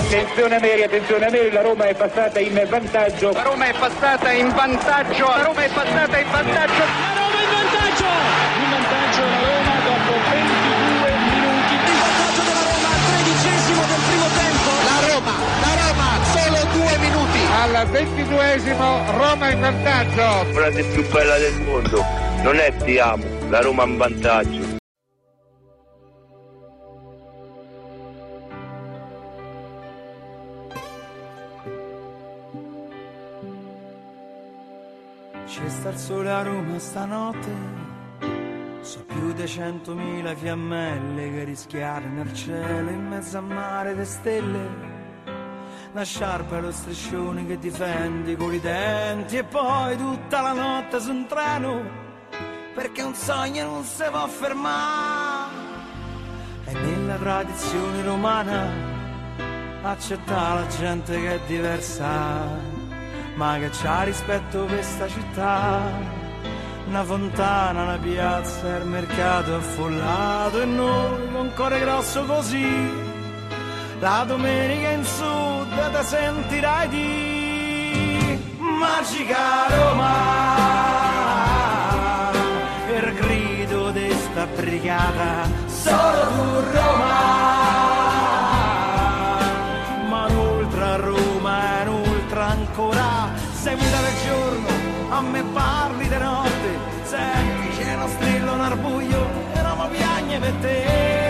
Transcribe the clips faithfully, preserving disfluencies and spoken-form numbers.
Attenzione Ameri, attenzione Ameri, la Roma è passata in vantaggio. La Roma è passata in vantaggio. La Roma è passata in vantaggio. La Roma in vantaggio. In vantaggio la Roma dopo ventidue minuti. In vantaggio della Roma al tredicesimo del primo tempo. La Roma, la Roma, solo due minuti. Al ventiduesimo Roma in vantaggio. La frase più bella del mondo non è ti amo, la Roma in vantaggio. C'è sta il sole a Roma stanotte, so più di centomila fiammelle che rischiare nel cielo in mezzo a mare di stelle. Una sciarpa e lo striscione che difendi con i denti e poi tutta la notte su un treno, perché un sogno non si può fermare. E nella tradizione romana accettare la gente che è diversa, ma che c'ha rispetto per sta città. Una fontana, una piazza, il mercato affollato e noi con cuore grosso così. La domenica in sud te sentirai di Magica Roma, il grido di sta brigata, solo tu Roma. Ma un'ultra Roma è un'ultra ancora, sei muta del giorno, a me parli di notte, senti c'è uno strillo nel buio e Roma piagne per te.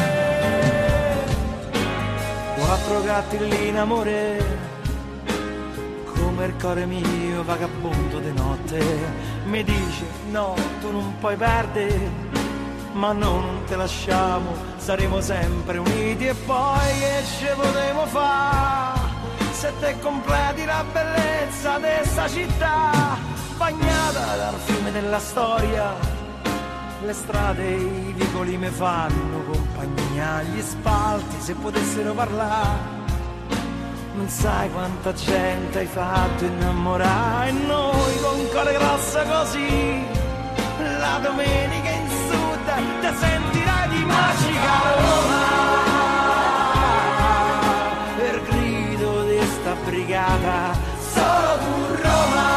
Quattro gatti lì in amore, come il cuore mio vagabondo di notte, mi dice no, tu non puoi perdere, ma no, non te lasciamo, saremo sempre uniti. E poi che ci potremo fare se te completi la bellezza di sta città, bagnata dal fiume della storia. Le strade e i vicoli mi fanno compagnia, gli spalti se potessero parlare. Non sai quanta gente hai fatto innamorare, e noi con cuore grosso così, la domenica in sud te sentirai di Magica Roma, per grido di sta brigata, solo tu Roma.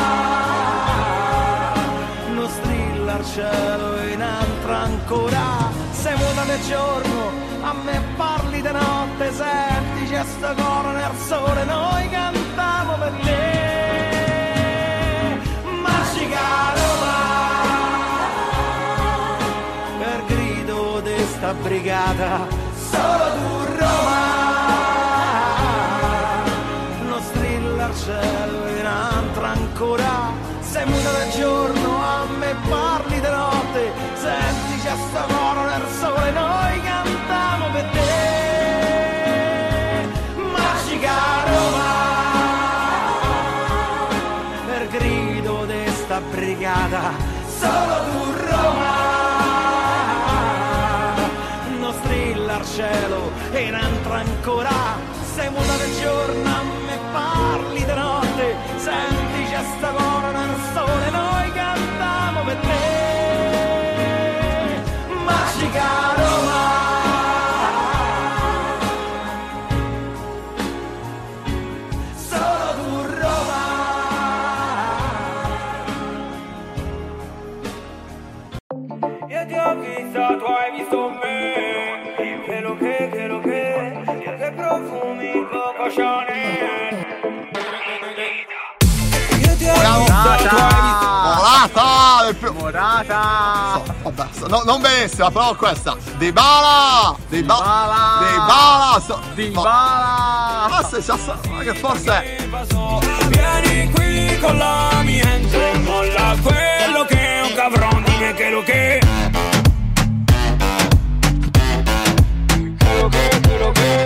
Non strilla al cielo in altra ancora, sei muta nel giorno, a me parli di notte, senti c'è sto coro nel sole, noi cantiamo per te. Magica Roma, per grido di sta brigata, solo tu Roma. Non strilla al cielo in altra ancora, sei muta del giorno, a me parli di notte, senti c'è sto coro nel sole, noi cantiamo per te. Magica Roma, per grido di sta brigata, solo tu Roma. Non strilla al cielo e non entra ancora, sei muta del giorno, a me parli di notte, senti c'è sta coro nel sole, noi cantiamo per te. Magica Roma, solo tu Roma. Io ti ho visto, tu hai visto me, che lo che, che lo che, che profumi Coco Chanel. Io ti ho visto, tu hai visto Morata! Più... Morata! So, vabbè, so, no, non benissimo, però questa Dybala! Dybala! Dybala! So, Dybala! Ma se c'è ma che forse vieni qui con la mia gente, molla quello che è un cabrón, dimmi che lo che. Che lo che, che lo che.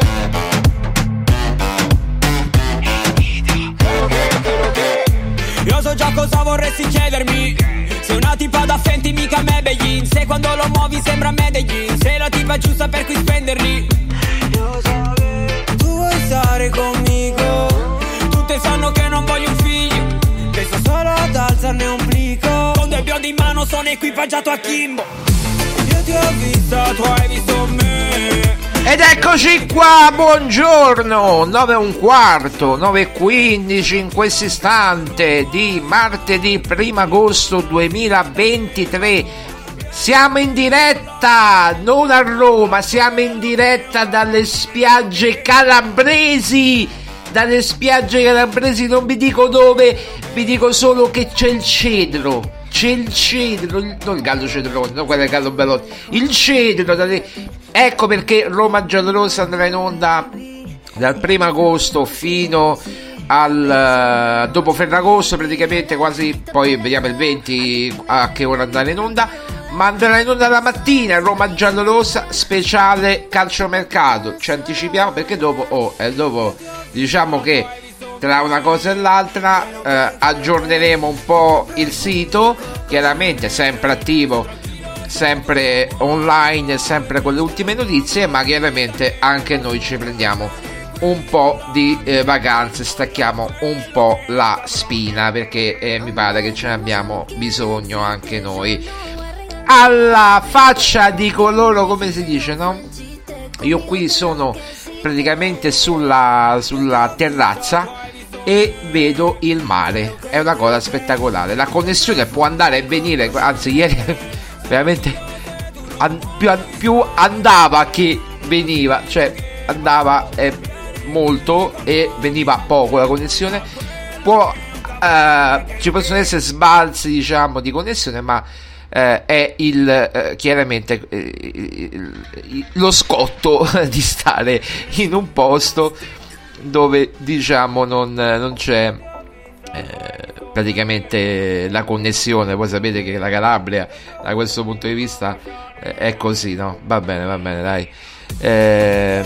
Io so già cosa vorresti chiedermi, sei una tipa da Fenty mica Medellin, se quando lo muovi sembra Medellin, sei la tipa giusta per cui spenderli. Io so che tu vuoi stare conmigo, tutte sanno che non voglio un figlio, penso solo ad alzarne un plico, con due biondi in mano sono equipaggiato a Kimbo. Io ti ho vista, tu hai visto me, Ed eccoci qua, buongiorno, nove e un quarto, nove e quindici in questo istante di martedì primo agosto duemilaventitré. Siamo in diretta, non a Roma, siamo in diretta dalle spiagge calabresi, dalle spiagge calabresi, non vi dico dove, vi dico solo che c'è il cedro. C'è il cedro, non il gallo cedrone, no, quello è il gallo Belotti, il cedro. Dalle... Ecco perché Roma Giallorossa andrà in onda dal primo agosto fino al uh, dopo Ferragosto, praticamente quasi, poi vediamo il venti a che ora andare in onda, ma andrà in onda la mattina Roma Giallorossa speciale calciomercato. Ci anticipiamo perché dopo, oh, e dopo diciamo che tra una cosa e l'altra eh, aggiorneremo un po' il sito, chiaramente sempre attivo, sempre online, sempre con le ultime notizie, ma chiaramente anche noi ci prendiamo un po' di eh, vacanze, stacchiamo un po' la spina perché eh, mi pare che ce ne abbiamo bisogno anche noi. Alla faccia di coloro, come si dice, no? Io qui sono praticamente sulla, sulla terrazza e vedo il mare, è una cosa spettacolare, la connessione può andare e venire, anzi ieri veramente an- più, an- più andava che veniva, cioè andava eh, molto e veniva poco la connessione, può eh, ci possono essere sbalzi diciamo di connessione, ma eh, è il eh, chiaramente eh, il, il, lo scotto di stare in un posto dove diciamo non, non c'è eh, praticamente la connessione. Voi sapete che la Calabria da questo punto di vista eh, è così, no? Va bene, va bene, dai. Eh,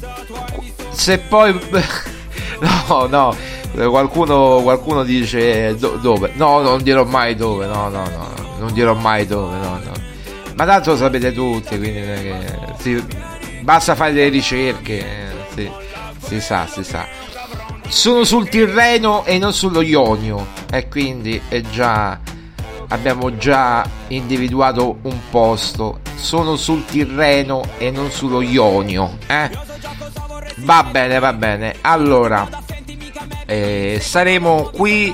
se poi no, no, qualcuno, qualcuno dice do, dove? No, non dirò mai dove, no, no, no, non dirò mai dove, no, no. Ma tanto lo sapete tutti, quindi eh, sì, basta fare delle ricerche, eh, sì. Si sa, si sa. Sono sul Tirreno e non sullo Ionio, e quindi è già abbiamo già individuato un posto. Sono sul Tirreno e non sullo Ionio, eh? Va bene, va bene. Allora eh, saremo qui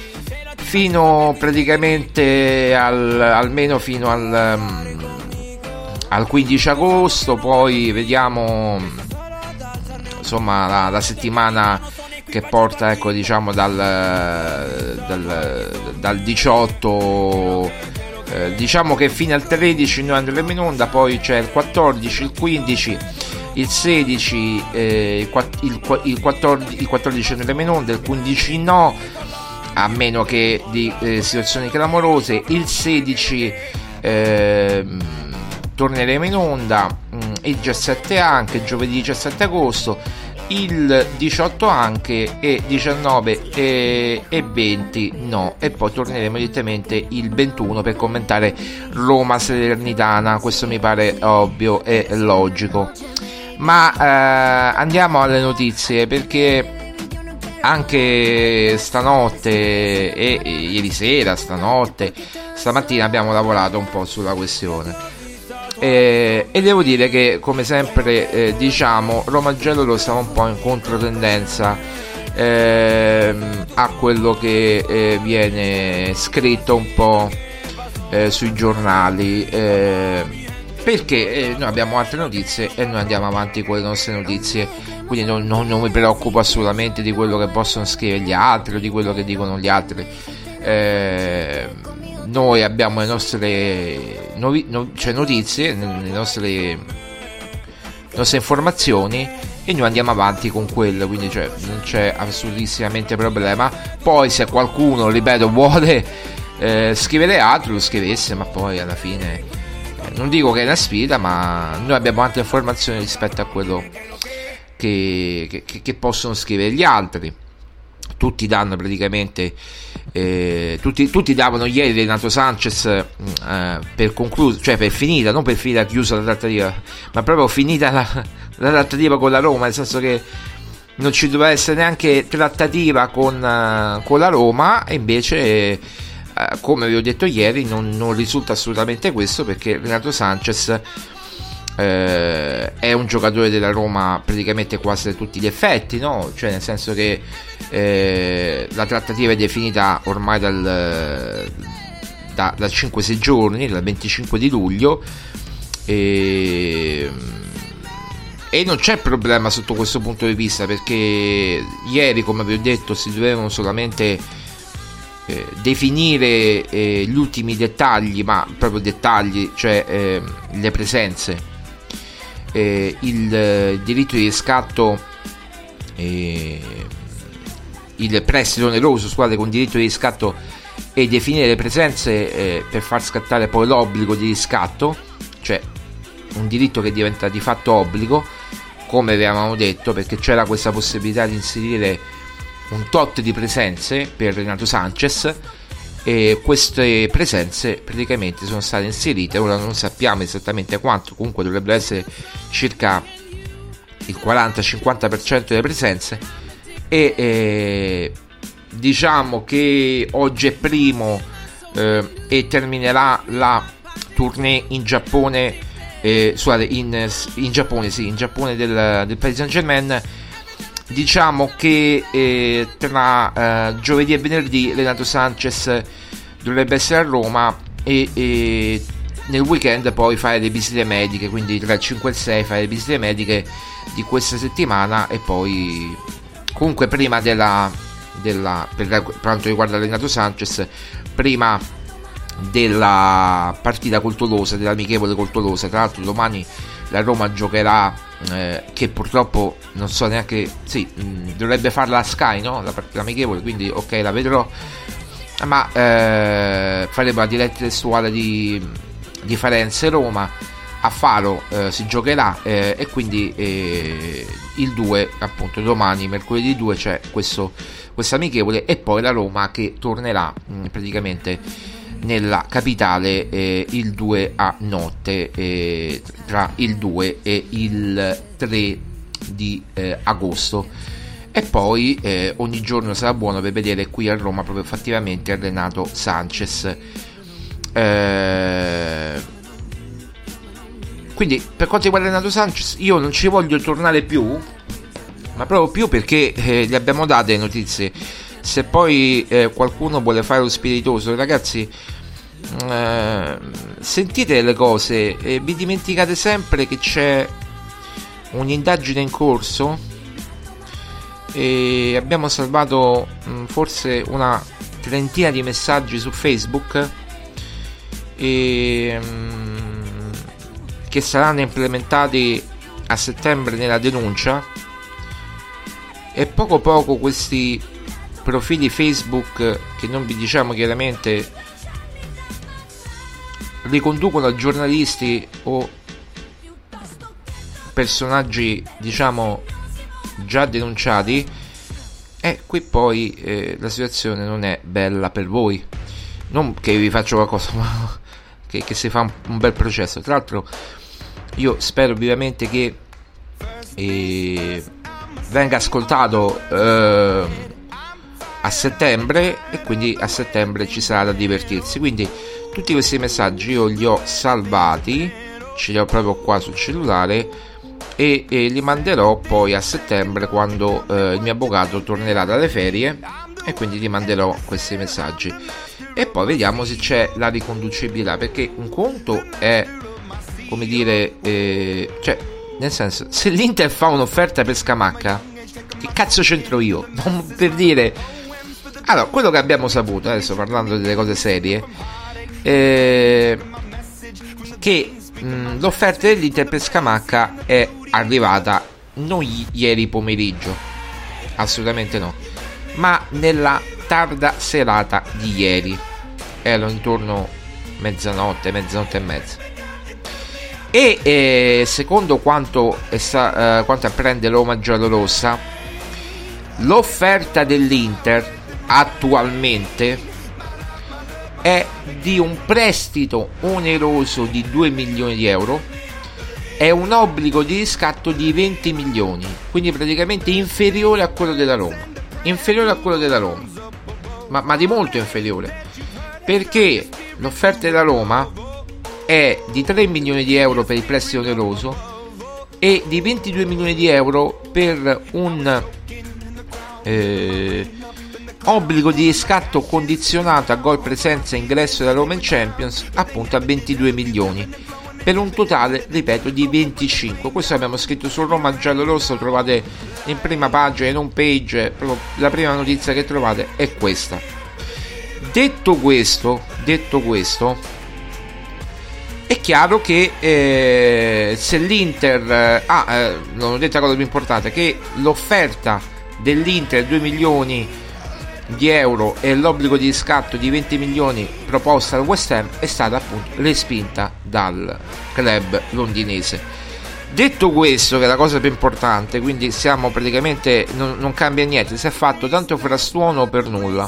fino praticamente al, almeno fino al, um, al quindici agosto. Poi vediamo insomma la, la settimana che porta, ecco, diciamo dal, dal, dal diciotto, eh, diciamo che fino al tredici noi andremo in onda, poi c'è il quattordici, il quindici, il sedici, eh, il, il, quattordici, il quattordici andremo in onda, il quindici no, a meno che di eh, situazioni clamorose, il sedici eh, torneremo in onda, il diciassette anche, giovedì diciassette agosto, il diciotto anche, e diciannove e, e venti no, e poi torneremo direttamente il ventuno per commentare Roma Salernitana. Questo mi pare ovvio e logico, ma eh, andiamo alle notizie, perché anche stanotte e, e ieri sera, stanotte, stamattina abbiamo lavorato un po' sulla questione. Eh, e devo dire che, come sempre eh, diciamo, Roma Giallorossa un po' in controtendenza eh, a quello che eh, viene scritto un po' eh, sui giornali, eh, perché eh, noi abbiamo altre notizie e noi andiamo avanti con le nostre notizie, quindi non, non, non mi preoccupo assolutamente di quello che possono scrivere gli altri o di quello che dicono gli altri. eh, Noi abbiamo le nostre novi, no, cioè notizie, le nostre, le nostre informazioni, e noi andiamo avanti con quello, quindi cioè, non c'è assolutissimamente problema. Poi se qualcuno, ripeto, vuole eh, scrivere altro, lo scrivesse, ma poi alla fine eh, non dico che è una sfida, ma noi abbiamo altre informazioni rispetto a quello che, che, che possono scrivere gli altri. Tutti danno praticamente eh, tutti, tutti davano ieri Renato Sanchez eh, per conclusa, cioè per finita, non per finita chiusa la trattativa, ma proprio finita la, la trattativa con la Roma, nel senso che non ci doveva essere neanche trattativa con, uh, con la Roma, e invece uh, come vi ho detto ieri non, non risulta assolutamente questo, perché Renato Sanchez eh, è un giocatore della Roma praticamente quasi a tutti gli effetti, no? Cioè nel senso che eh, la trattativa è definita ormai dal, da, da cinque sei giorni, dal venticinque di luglio, e, e non c'è problema sotto questo punto di vista, perché ieri, come vi ho detto, si dovevano solamente eh, definire eh, gli ultimi dettagli, ma proprio dettagli, cioè eh, le presenze, eh, il eh, diritto di riscatto, eh, il prestito oneroso, scusate, con diritto di riscatto, e definire le presenze eh, per far scattare poi l'obbligo di riscatto, cioè un diritto che diventa di fatto obbligo, come avevamo detto, perché c'era questa possibilità di inserire un tot di presenze per Renato Sanchez, e queste presenze praticamente sono state inserite. Ora non sappiamo esattamente quanto, comunque dovrebbe essere circa il quaranta cinquanta per cento delle presenze, e eh, diciamo che oggi è primo eh, e terminerà la tournée in Giappone, eh, scusate, in, in Giappone, sì, in Giappone del, del Paris Saint-Germain. Diciamo che eh, tra eh, giovedì e venerdì Renato Sanchez dovrebbe essere a Roma, e, e nel weekend poi fare le visite mediche, quindi tra il cinque e il sei fare le visite mediche di questa settimana, e poi comunque prima della, della per quanto riguarda Renato Sanchez, prima della partita col Tolosa, dell'amichevole col Tolosa. Tra l'altro domani la Roma giocherà, eh, che purtroppo non so neanche, sì, mh, dovrebbe farla a Sky, no? La partita amichevole, quindi ok, la vedrò, ma eh, faremo la diretta testuale di, di Firenze Roma. A Faro eh, si giocherà, eh, e quindi eh, il due, appunto domani, mercoledì due, c'è questo questa amichevole, e poi la Roma che tornerà mh, praticamente nella capitale eh, il due a notte, eh, tra il due e il tre di eh, agosto, e poi eh, ogni giorno sarà buono per vedere qui a Roma proprio effettivamente Renato Sanchez. Eh, quindi per quanto riguarda Renato Sanchez io non ci voglio tornare più, ma proprio più perché eh, gli abbiamo date notizie. Se poi eh, qualcuno vuole fare lo spiritoso, ragazzi, eh, sentite le cose e vi dimenticate sempre che c'è un'indagine in corso, e abbiamo salvato mh, forse una trentina di messaggi su Facebook, e, mh, che saranno implementati a settembre nella denuncia, e poco poco questi profili Facebook, che non vi diciamo chiaramente, riconducono a giornalisti o personaggi diciamo già denunciati, e qui poi eh, la situazione non è bella per voi. Non che vi faccio qualcosa, ma che, che si fa un, un bel processo. Tra l'altro io spero vivamente che eh, venga ascoltato eh, a settembre, e quindi a settembre ci sarà da divertirsi. Quindi tutti questi messaggi io li ho salvati, ce li ho proprio qua sul cellulare, e, e li manderò poi a settembre, quando eh, il mio avvocato tornerà dalle ferie, e quindi gli manderò questi messaggi, e poi vediamo se c'è la riconducibilità, perché un conto è, come dire, eh, cioè nel senso, se l'Inter fa un'offerta per Scamacca, che cazzo c'entro io? Per dire, allora, quello che abbiamo saputo, adesso parlando delle cose serie, eh, che mh, l'offerta dell'Inter per Scamacca è arrivata non ieri pomeriggio, assolutamente no, ma nella tarda serata di ieri, erano intorno mezzanotte, mezzanotte e mezza, e eh, secondo quanto, è sta, eh, quanto apprende Roma Giallorossa, l'offerta dell'Inter attualmente è di un prestito oneroso di due milioni di euro e un obbligo di riscatto di venti milioni, quindi praticamente inferiore a quello della Roma, inferiore a quello della Roma, ma, ma di molto inferiore, perché l'offerta della Roma è di tre milioni di euro per il prestito oneroso e di ventidue milioni di euro per un eh, obbligo di riscatto condizionato a gol, presenza e ingresso della Roma in Champions, appunto a ventidue milioni, per un totale, ripeto, di venticinque. Questo abbiamo scritto sul Roma Giallo Rosso, lo trovate in prima pagina, in home page, proprio la prima notizia che trovate è questa. Detto questo, detto questo, è chiaro che eh, se l'Inter eh, ah, eh, non ho detto la cosa più importante, che l'offerta dell'Inter due milioni di euro e l'obbligo di riscatto di venti milioni proposta al West Ham è stata appunto respinta dal club londinese. Detto questo, che è la cosa più importante, quindi siamo praticamente non, non cambia niente, si è fatto tanto frastuono per nulla.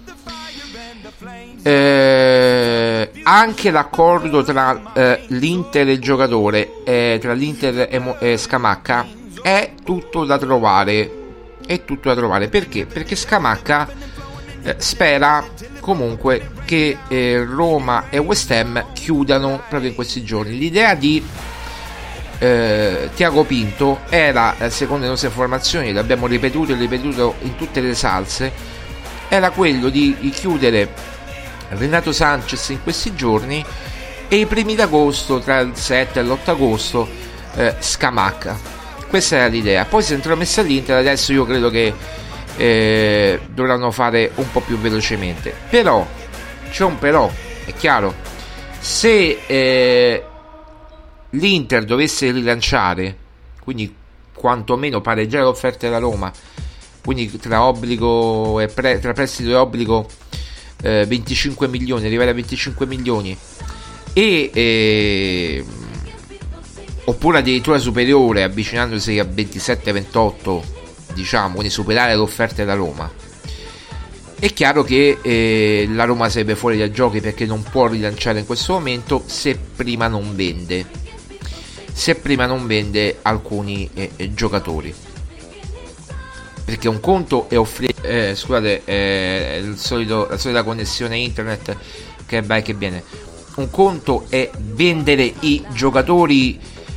Eh, anche l'accordo tra eh, l'Inter e il giocatore, eh, tra l'Inter e, Mo- e Scamacca è tutto da trovare. È tutto da trovare perché? Perché Scamacca eh, spera comunque che eh, Roma e West Ham chiudano proprio in questi giorni. L'idea di eh, Tiago Pinto era, eh, secondo le nostre informazioni, l'abbiamo ripetuto e ripetuto in tutte le salse, era quello di, di chiudere Renato Sanchez in questi giorni e i primi d'agosto, tra il sette e l'otto agosto, eh, Scamacca. Questa era l'idea. Poi si è intromessa all'Inter, adesso io credo che eh, dovranno fare un po' più velocemente. Però c'è un però, è chiaro, se eh, l'Inter dovesse rilanciare, quindi quantomeno pareggiare l'offerta della Roma, quindi tra obbligo e pre, tra prestito e obbligo eh, venticinque milioni, arrivare a venticinque milioni e eh, oppure addirittura superiore, avvicinandosi a ventisette ventotto, diciamo, quindi superare l'offerta della Roma, è chiaro che eh, la Roma sarebbe fuori dai giochi, perché non può rilanciare in questo momento se prima non vende se prima non vende alcuni eh, eh, giocatori, perché un conto è offrire eh, scusate eh, il solito, la solita connessione internet che va e che viene. Un conto è vendere i giocatori,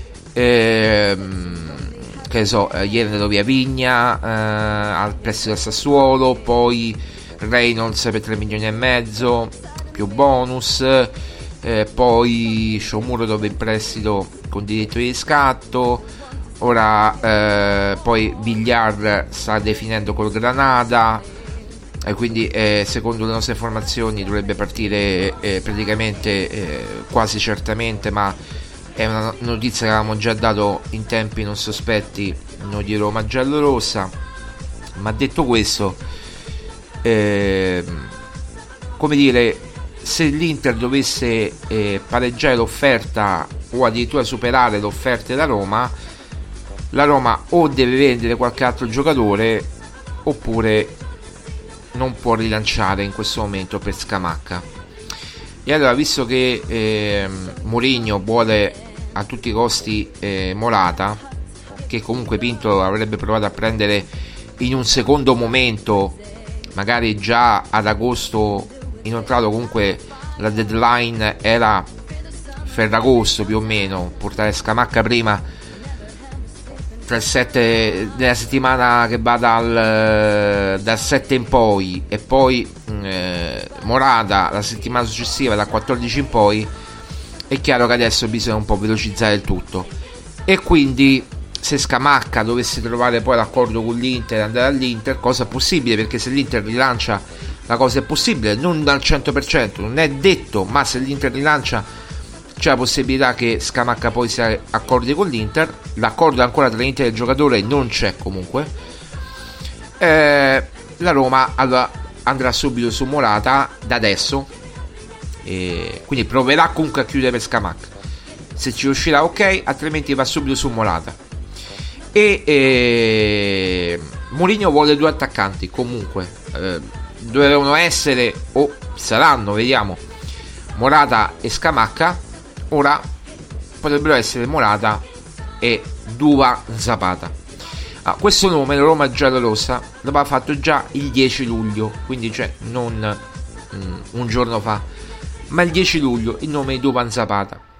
ehm, che ne so, eh, ieri è andato via Vigna eh, al prestito al Sassuolo, poi Reynolds per tre milioni e mezzo più bonus, eh, poi Shomuro dove in prestito con diritto di riscatto, ora eh, poi Villar sta definendo col Granada, e quindi eh, secondo le nostre informazioni dovrebbe partire eh, praticamente eh, quasi certamente, ma è una notizia che avevamo già dato in tempi non sospetti noi di Roma Giallorossa. Ma detto questo, eh, come dire, se l'Inter dovesse eh, pareggiare l'offerta o addirittura superare l'offerta della Roma, la Roma o deve vendere qualche altro giocatore oppure non può rilanciare in questo momento per Scamacca. E allora, visto che eh, Mourinho vuole a tutti i costi eh, Morata, che comunque Pinto avrebbe provato a prendere in un secondo momento, magari già ad agosto, inoltrato, comunque la deadline era Ferragosto più o meno, portare Scamacca prima, tra il sette della settimana che va dal, dal sette in poi, e poi eh, Morata la settimana successiva dal quattordici in poi. È chiaro che adesso bisogna un po' velocizzare il tutto, e quindi se Scamacca dovesse trovare poi l'accordo con l'Inter e andare all'Inter, cosa possibile, perché se l'Inter rilancia la cosa è possibile, non al cento per cento, non è detto, ma se l'Inter rilancia c'è la possibilità che Scamacca poi si accordi con l'Inter. L'accordo ancora tra l'Inter e il giocatore non c'è comunque. Eh, la Roma allora andrà subito su Morata da adesso, e quindi proverà comunque a chiudere per Scamacca. Se ci riuscirà ok, altrimenti va subito su Morata. E eh, Mourinho vuole due attaccanti comunque, eh, dovevano essere o saranno, vediamo, Morata e Scamacca. Ora potrebbero essere Morata e Duvan Zapata. Ah, questo nome la Roma Giallorossa l'aveva fatto già il dieci luglio, quindi cioè non mm, un giorno fa, ma il dieci luglio, il nome di Duvan Zapata.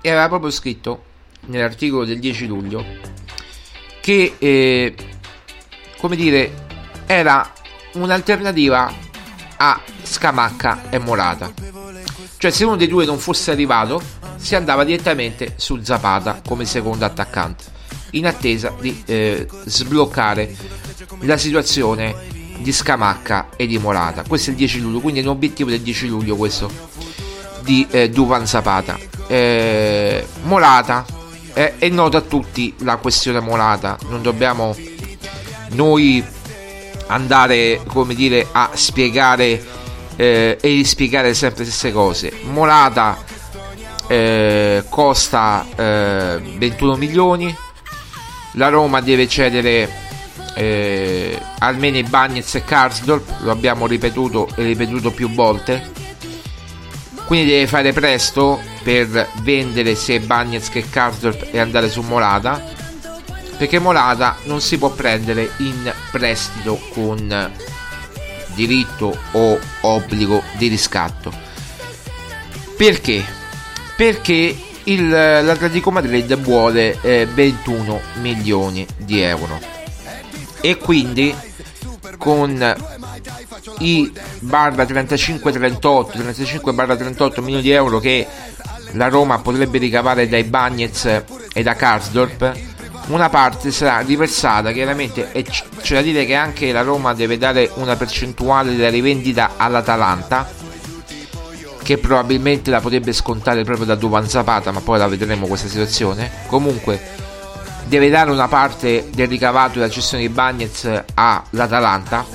e aveva proprio scritto nell'articolo del dieci luglio che eh, come dire era un'alternativa a Scamacca e Morata, cioè se uno dei due non fosse arrivato si andava direttamente su Zapata come secondo attaccante in attesa di eh, sbloccare la situazione di Scamacca e di Morata. Questo è il dieci luglio, quindi è un obiettivo del dieci luglio questo di eh, Duvan Zapata. eh, Morata eh, è nota a tutti la questione Morata, non dobbiamo noi andare come dire a spiegare eh, e rispiegare sempre le stesse cose. Morata eh, costa eh, ventuno milioni, la Roma deve cedere eh, almeno Ibañez e Karsdorp, lo abbiamo ripetuto e ripetuto più volte, quindi deve fare presto per vendere sia Ibañez che Karsdorp e andare su Morata, perché Morata non si può prendere in prestito con diritto o obbligo di riscatto. Perché? Perché il, l'Atletico Madrid vuole eh, ventuno milioni di euro e quindi con i barra trentacinque trentotto trentacinque barra trentotto milioni di euro che la Roma potrebbe ricavare da Ibañez e da Karsdorp, una parte sarà riversata chiaramente, e c- c'è da dire che anche la Roma deve dare una percentuale della rivendita all'Atalanta, che probabilmente la potrebbe scontare proprio da Duvan Zapata, ma poi la vedremo questa situazione. Comunque deve dare una parte del ricavato della cessione di Ibañez all'Atalanta,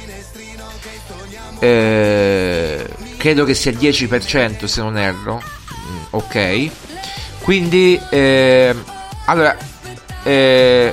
eh, credo che sia il dieci per cento se non erro. mm, ok, quindi eh, allora eh,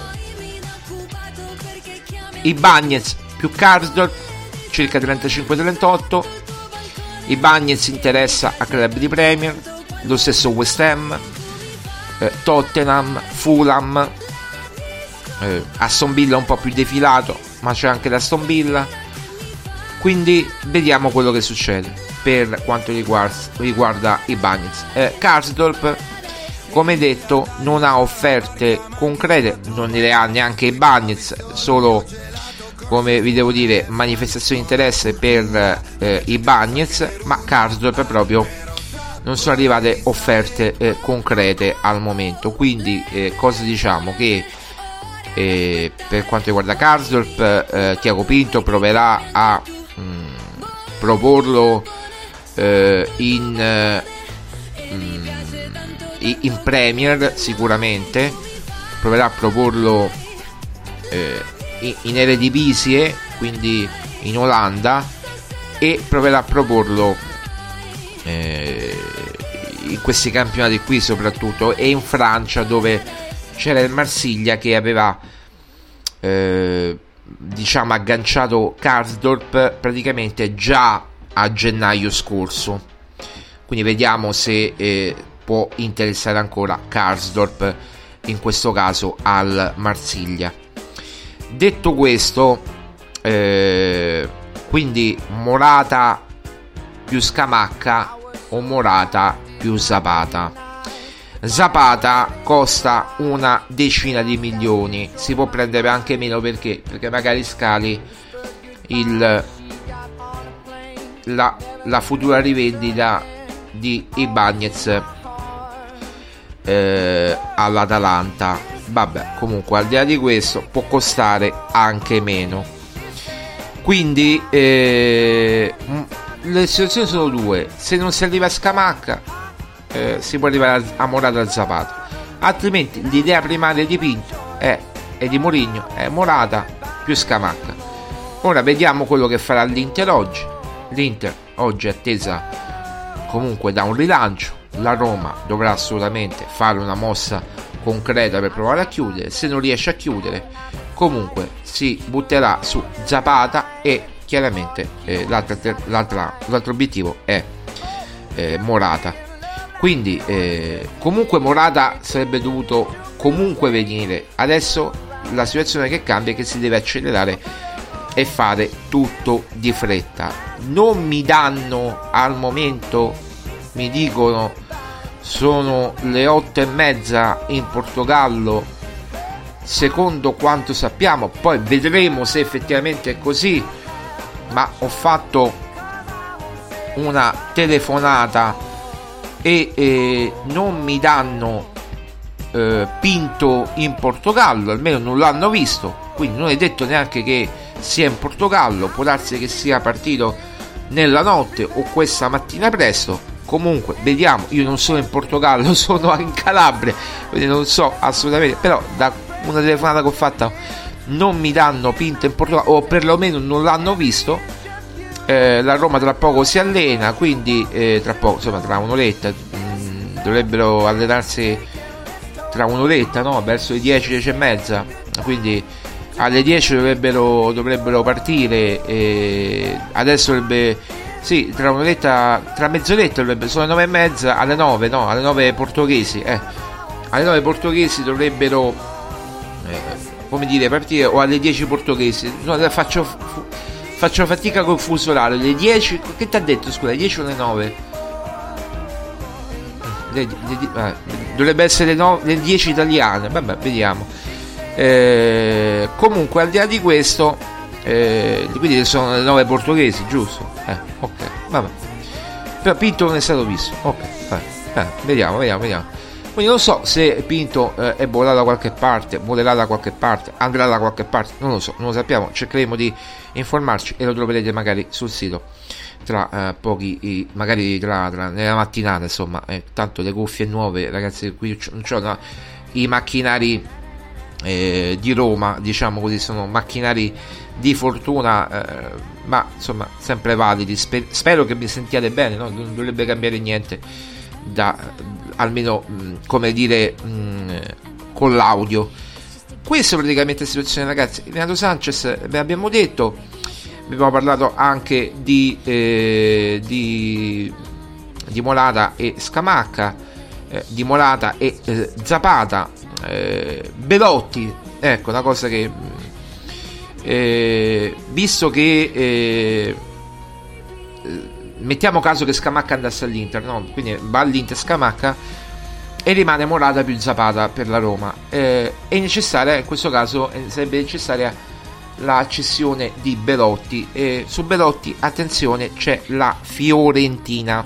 Ibañez più Karsdorp circa trentacinque trentotto. Ibañez interessa a club di Premier, lo stesso West Ham, eh, Tottenham, Fulham, eh, Aston Villa un po' più defilato, ma c'è anche l'Aston Villa, quindi vediamo quello che succede per quanto riguarda, riguarda Ibañez. eh, Karsdorp, come detto, non ha offerte concrete, non ne ha neanche Ibañez, solo, come vi devo dire, manifestazioni di interesse per eh, Ibañez, ma Karsdorp proprio non sono arrivate offerte eh, concrete al momento. Quindi eh, cosa diciamo? Che eh, per quanto riguarda Karsdorp, eh, Tiago Pinto proverà a mh, proporlo eh, in eh, mh, in Premier, sicuramente proverà a proporlo eh, in Eredivisie, quindi in Olanda, e proverà a proporlo eh, in questi campionati qui soprattutto, e in Francia, dove c'era il Marsiglia che aveva eh, diciamo agganciato Karsdorp praticamente già a gennaio scorso, quindi vediamo se eh, può interessare ancora Karsdorp in questo caso al Marsiglia. Detto questo, eh, quindi Morata più Scamacca o Morata più Zapata. Zapata costa una decina di milioni, si può prendere anche meno, perché perché magari scali il la, la futura rivendita di Ibañez eh, all'Atalanta. Vabbè, comunque al di là di questo può costare anche meno. Quindi eh, le situazioni sono due: se non si arriva a Scamacca eh, si può arrivare a, a Morata al Zapata, altrimenti l'idea primaria di Pinto è, e di Mourinho è Morata più Scamacca. Ora vediamo quello che farà l'Inter oggi. L'Inter oggi è attesa comunque da un rilancio, la Roma dovrà assolutamente fare una mossa concreta per provare a chiudere. Se non riesce a chiudere, comunque si butterà su Zapata, e chiaramente eh, l'altra, l'altra, l'altro obiettivo è eh, Morata. Quindi eh, comunque Morata sarebbe dovuto comunque venire. Adesso la situazione che cambia è che si deve accelerare e fare tutto di fretta. Non mi danno al momento, mi dicono sono le otto e mezza in Portogallo, secondo quanto sappiamo, poi vedremo se effettivamente è così, ma ho fatto una telefonata e eh, non mi danno eh, Pinto in Portogallo, almeno non l'hanno visto, quindi non è detto neanche che sia in Portogallo, può darsi che sia partito nella notte o questa mattina presto. Comunque vediamo, io non sono in Portogallo, sono in Calabria, quindi non so assolutamente, però da una telefonata che ho fatta non mi danno Pinto in Portogallo, o perlomeno non l'hanno visto. Eh, la Roma tra poco si allena, quindi eh, tra poco, insomma tra un'oretta mh, dovrebbero allenarsi tra un'oretta, no? Verso le dieci, dieci e mezza, quindi alle dieci dovrebbero, dovrebbero partire, e adesso dovrebbe, sì, tra un'oretta, tra mezz'oretta dovrebbe, sono le nove e mezza, alle nove, no, alle nove portoghesi, eh, alle nove portoghesi dovrebbero, eh, come dire, partire, o alle dieci portoghesi, no, faccio, faccio fatica col fuso orario, le dieci, che ti ha detto, scusa, le dieci o le nove? Le, le, eh, dovrebbe essere le, nove, le dieci italiane, vabbè, vediamo. Eh, comunque, al di là di questo, eh, quindi sono le nove portoghesi, giusto? Eh, ok, vabbè. Però Pinto non è stato visto, ok, vabbè. Eh, vediamo, vediamo, vediamo. Quindi non so se Pinto eh, è volato da qualche parte, volerà da qualche parte, andrà da qualche parte, non lo so, non lo sappiamo, cercheremo di informarci e lo troverete magari sul sito tra eh, pochi, magari tra, tra nella mattinata, insomma, eh, tanto le cuffie nuove, ragazzi, qui non c'ho no, i macchinari eh, di Roma, diciamo così, sono macchinari di fortuna, eh, ma insomma sempre validi. Sper- spero che mi sentiate bene, no? Non dovrebbe cambiare niente, da almeno mh, come dire mh, con l'audio. Questa è praticamente la situazione, ragazzi. Renato Sanchez, ve l'abbiamo detto, abbiamo parlato anche di eh, di, di Morata e Scamacca, eh, di Morata e eh, Zapata, eh, Belotti, ecco una cosa che eh, visto che eh, mettiamo caso che Scamacca andasse all'Inter, no? Quindi va all'Inter Scamacca e rimane Morata più Zapata per la Roma, eh, è necessaria, in questo caso sarebbe necessaria la cessione di Belotti, e su Belotti, attenzione, c'è la Fiorentina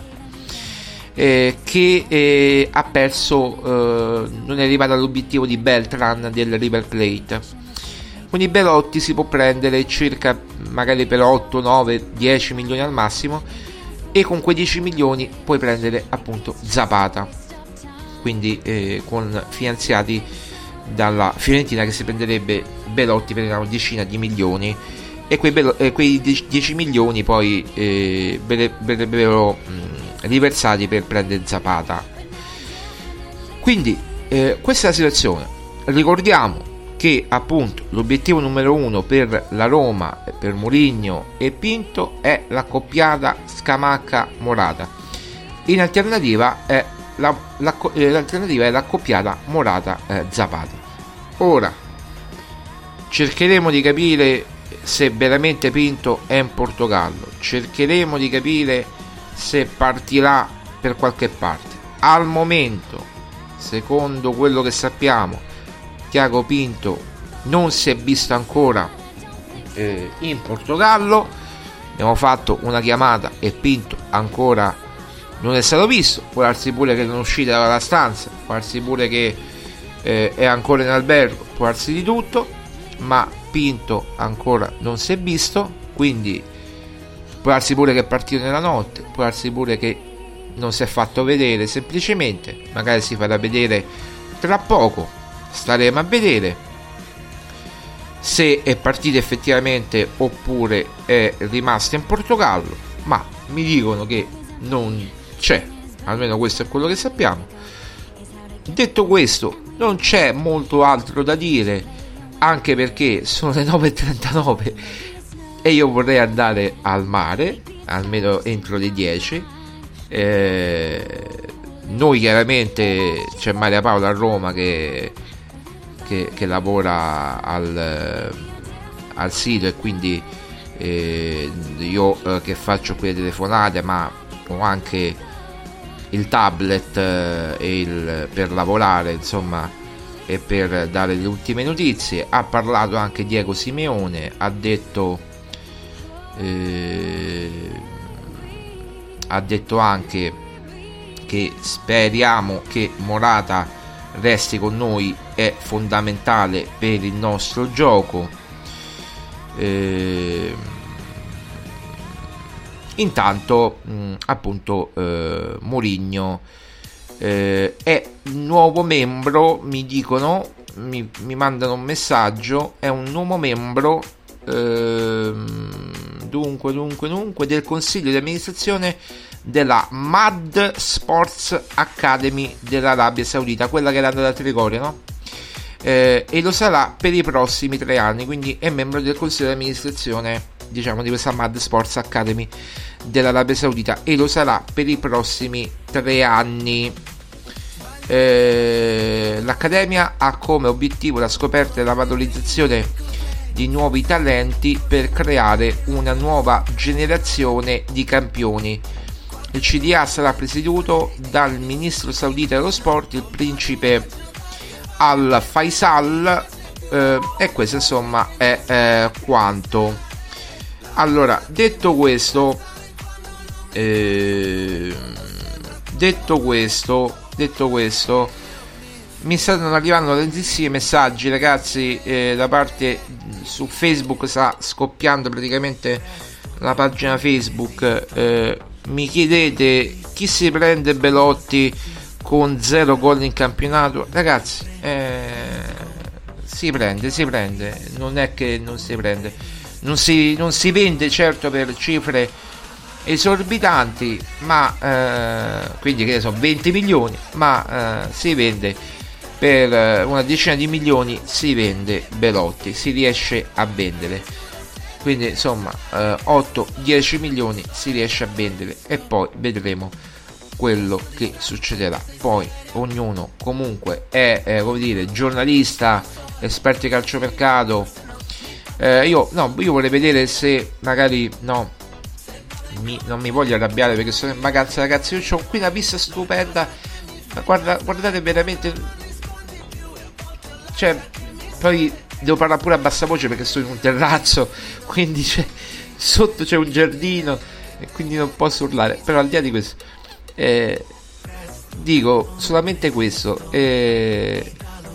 eh, che eh, ha perso, eh, non è arrivata all'obiettivo di Beltran del River Plate. Quindi Belotti si può prendere circa magari per otto, nove, dieci milioni al massimo, e con quei dieci milioni puoi prendere appunto Zapata, quindi eh, con finanziati dalla Fiorentina, che si prenderebbe Belotti per una decina di milioni, e quei, Belo- eh, quei dieci milioni poi eh, verrebbero mh, riversati per prendere Zapata. Quindi eh, questa è la situazione. Ricordiamo che appunto l'obiettivo numero uno per la Roma, per Mourinho e Pinto, è l'accoppiata Scamacca-Morata. In alternativa è la, la, l'alternativa è l'accoppiata Morata-Zapata. Ora cercheremo di capire se veramente Pinto è in Portogallo, cercheremo di capire se partirà per qualche parte. Al momento, secondo quello che sappiamo, Thiago Pinto non si è visto ancora eh, in Portogallo. Abbiamo fatto una chiamata e Pinto ancora non è stato visto. Può darsi pure che non è uscito dalla stanza, può darsi pure che eh, è ancora in albergo, può darsi di tutto, ma Pinto ancora non si è visto. Quindi può darsi pure che è partito nella notte, può darsi pure che non si è fatto vedere, semplicemente magari si farà vedere tra poco. Staremo a vedere se è partito effettivamente oppure è rimasto in Portogallo, ma mi dicono che non c'è, almeno questo è quello che sappiamo. Detto questo, non c'è molto altro da dire, anche perché sono le nove e trentanove e io vorrei andare al mare almeno entro le dieci. eh, noi chiaramente c'è Maria Paola a Roma che Che, che lavora al, al sito, e quindi eh, io eh, che faccio qui le telefonate, ma ho anche il tablet eh, e il, per lavorare, insomma, e per dare le ultime notizie. Ha parlato anche Diego Simeone, ha detto eh, ha detto anche che speriamo che Morata resti con noi, è fondamentale per il nostro gioco. Eh, intanto mh, appunto eh, Mourinho eh, è nuovo membro, mi dicono, mi, mi mandano un messaggio, è un nuovo membro eh, dunque dunque dunque del consiglio di amministrazione della Mad Sports Academy dell'Arabia Saudita, quella che era andata a Trigoria, no? Eh, e lo sarà per i prossimi tre anni, quindi è membro del consiglio di amministrazione, diciamo, di questa Mad Sports Academy dell'Arabia Saudita, e lo sarà per i prossimi tre anni. Eh, l'Accademia ha come obiettivo la scoperta e la valorizzazione di nuovi talenti per creare una nuova generazione di campioni. Il C D A sarà presieduto dal ministro saudita dello sport, il principe Al Faisal, eh, e questo insomma è eh, quanto. Allora, detto questo eh, detto questo detto questo mi stanno arrivando tantissimi messaggi, ragazzi, eh, da parte su Facebook. Sta scoppiando praticamente la pagina Facebook. eh, mi chiedete chi si prende Belotti con zero gol in campionato. Ragazzi, eh, si prende, si prende, non è che non si prende, non si, non si vende certo per cifre esorbitanti, ma eh, quindi che ne so, venti milioni, ma eh, si vende per una decina di milioni, si vende Belotti, si riesce a vendere. Quindi insomma eh, otto dieci milioni si riesce a vendere, e poi vedremo quello che succederà. Poi ognuno comunque è eh, come dire, giornalista, esperto di calciomercato. Eh, io no, io vorrei vedere se magari no, mi, non mi voglio arrabbiare perché sono in vacanza, ragazzi. Io ho qui una pista stupenda, ma guarda, guardate veramente, cioè, poi devo parlare pure a bassa voce perché sto in un terrazzo, quindi c'è, sotto c'è un giardino e quindi non posso urlare. Però al di là di questo, eh, dico solamente questo, eh,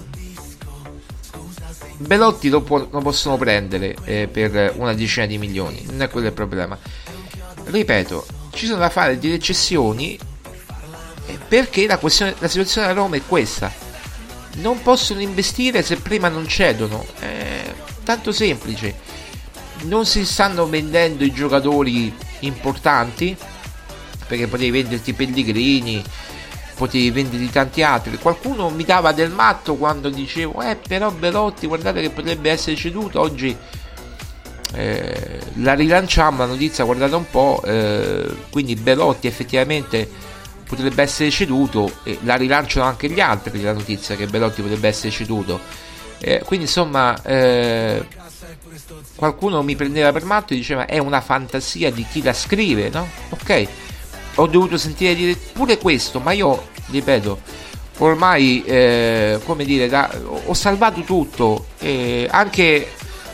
Belotti lo, può, lo possono prendere eh, per una decina di milioni, non è quello il problema. Ripeto, ci sono da fare delle cessioni eh, perché la, questione, la situazione a Roma è questa: non possono investire se prima non cedono. È tanto semplice. Non si stanno vendendo i giocatori importanti, perché potevi venderti Pellegrini, potevi venderti tanti altri. Qualcuno mi dava del matto quando dicevo eh però Belotti guardate che potrebbe essere ceduto. Oggi eh, la rilanciamo la notizia, guardate un po', eh, quindi Belotti effettivamente potrebbe essere ceduto, e la rilanciano anche gli altri la notizia che Belotti potrebbe essere ceduto, eh, quindi insomma eh, qualcuno mi prendeva per matto e diceva è una fantasia di chi la scrive, no? Ok, ho dovuto sentire dire pure questo, ma io ripeto, ormai eh, come dire, da, ho salvato tutto, eh, anche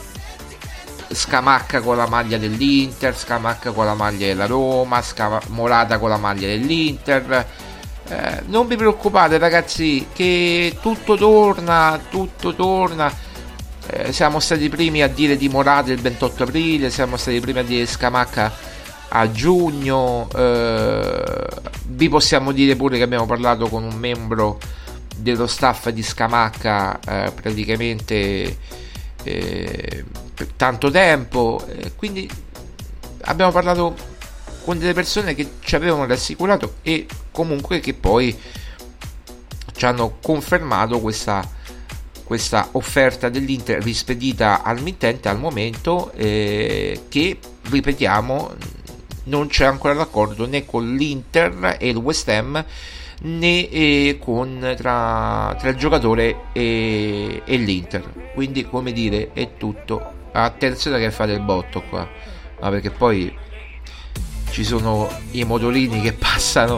Scamacca con la maglia dell'Inter, Scamacca con la maglia della Roma, Scam- Morata con la maglia dell'Inter. Eh, non vi preoccupate, ragazzi, che tutto torna, tutto torna. Eh, siamo stati i primi a dire di Morata il ventotto aprile, siamo stati i primi a dire Scamacca a giugno. Eh, vi possiamo dire pure che abbiamo parlato con un membro dello staff di Scamacca, eh, praticamente eh, per tanto tempo, eh, quindi abbiamo parlato con delle persone che ci avevano rassicurato e comunque che poi ci hanno confermato questa, questa offerta dell'Inter rispedita al mittente al momento, eh, che ripetiamo non c'è ancora l'accordo né con l'Inter e il West Ham né eh, con tra, tra il giocatore e, e l'Inter, quindi come dire è tutto. Attenzione che fate il botto qua, ma perché poi ci sono i motorini che passano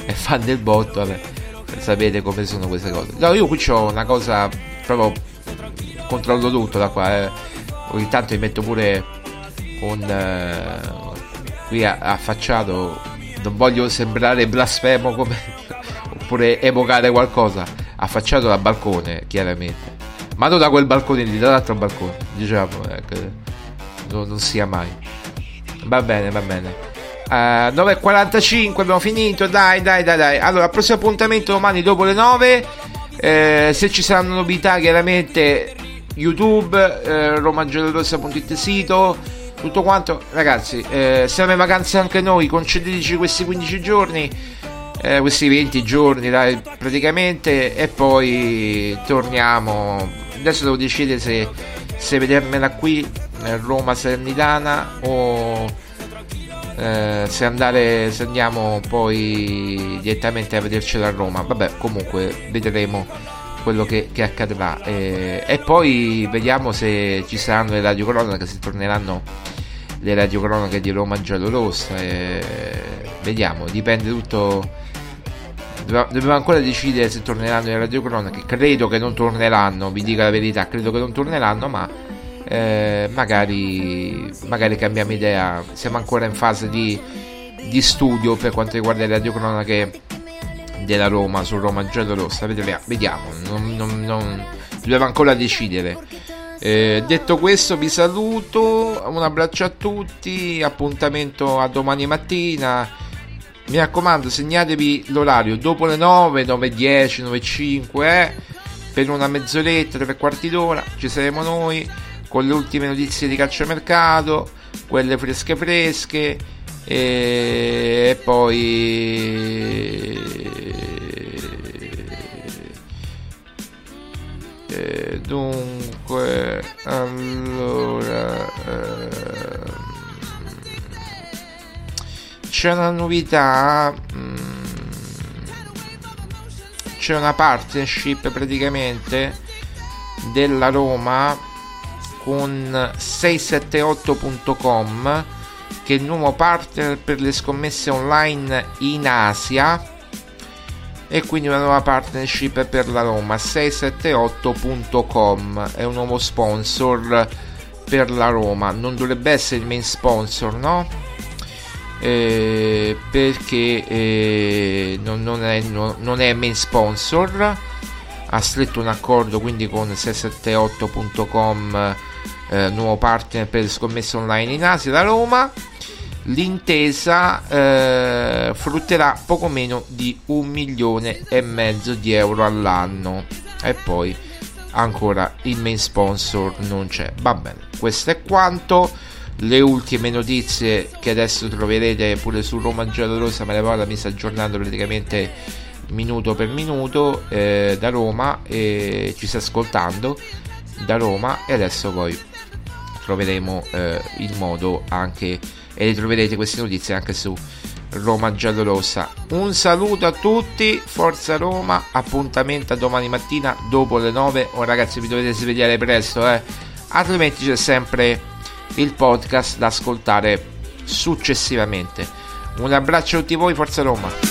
è fan del botto, vabbè, sapete come sono queste cose. No, io qui c'ho una cosa, proprio controllo tutto da qua, eh. Ogni tanto mi metto pure con eh, qui affacciato, non voglio sembrare blasfemo come oppure evocare qualcosa, affacciato dal balcone, chiaramente, ma non da quel balcone lì, dall'altro balcone, diciamo, ecco, non, non sia mai. Va bene, va bene. uh, nove e quarantacinque abbiamo finito, dai dai dai dai. Allora, al prossimo appuntamento domani dopo le nove, eh, se ci saranno novità chiaramente YouTube, eh, romagiallorossa punto it sito, tutto quanto. Ragazzi, eh, siamo in vacanza anche noi, concedeteci questi quindici giorni, eh, questi venti giorni dai, praticamente, e poi torniamo. Adesso devo decidere se, se vedermela qui, eh, Roma Salernitana, o eh, se andare se andiamo poi direttamente a vedercela a Roma. Vabbè, comunque vedremo quello che, che accadrà, eh, e poi vediamo se ci saranno le radiocronache, se torneranno le radiocronache di Roma giallorossa, eh, vediamo, dipende tutto. Dobbiamo ancora decidere se torneranno le radiocronache. Credo che non torneranno, vi dico la verità, credo che non torneranno, ma eh, magari magari cambiamo idea. Siamo ancora in fase di, di studio per quanto riguarda le radiocronache della Roma su Roma giallorossa. Vediamo, non, non, non, dobbiamo ancora decidere. Eh, detto questo, vi saluto, un abbraccio a tutti, appuntamento a domani mattina. Mi raccomando, segnatevi l'orario dopo le nove, nove e dieci, nove e cinque, eh, per una mezz'oretta, tre quarti d'ora ci saremo noi con le ultime notizie di calciomercato, quelle fresche fresche, e, e poi e, dunque allora eh, c'è una novità, c'è una partnership praticamente della Roma con sei sette otto punto com, che è il nuovo partner per le scommesse online in Asia, e quindi una nuova partnership per la Roma. sei sette otto punto com è un nuovo sponsor per la Roma, non dovrebbe essere il main sponsor, no? Eh, perché eh, non, non, è, no, non è main sponsor, ha stretto un accordo quindi con sei sette otto punto com, eh, nuovo partner per le scommesse online in Asia, la Roma. L'intesa eh, frutterà poco meno di un milione e mezzo di euro all'anno, e poi ancora il main sponsor non c'è. Va bene, questo è quanto. Le ultime notizie che adesso troverete pure su Roma giallorossa, me le vado mi sta aggiornando praticamente minuto per minuto, eh, da Roma, e ci sta ascoltando da Roma, e adesso poi troveremo eh, il modo anche, e le troverete queste notizie anche su Roma giallorossa. Un saluto a tutti, forza Roma, appuntamento a domani mattina dopo le nove. Oh ragazzi, vi dovete svegliare presto, eh, altrimenti c'è sempre il podcast da ascoltare successivamente. Un abbraccio a tutti voi, forza Roma.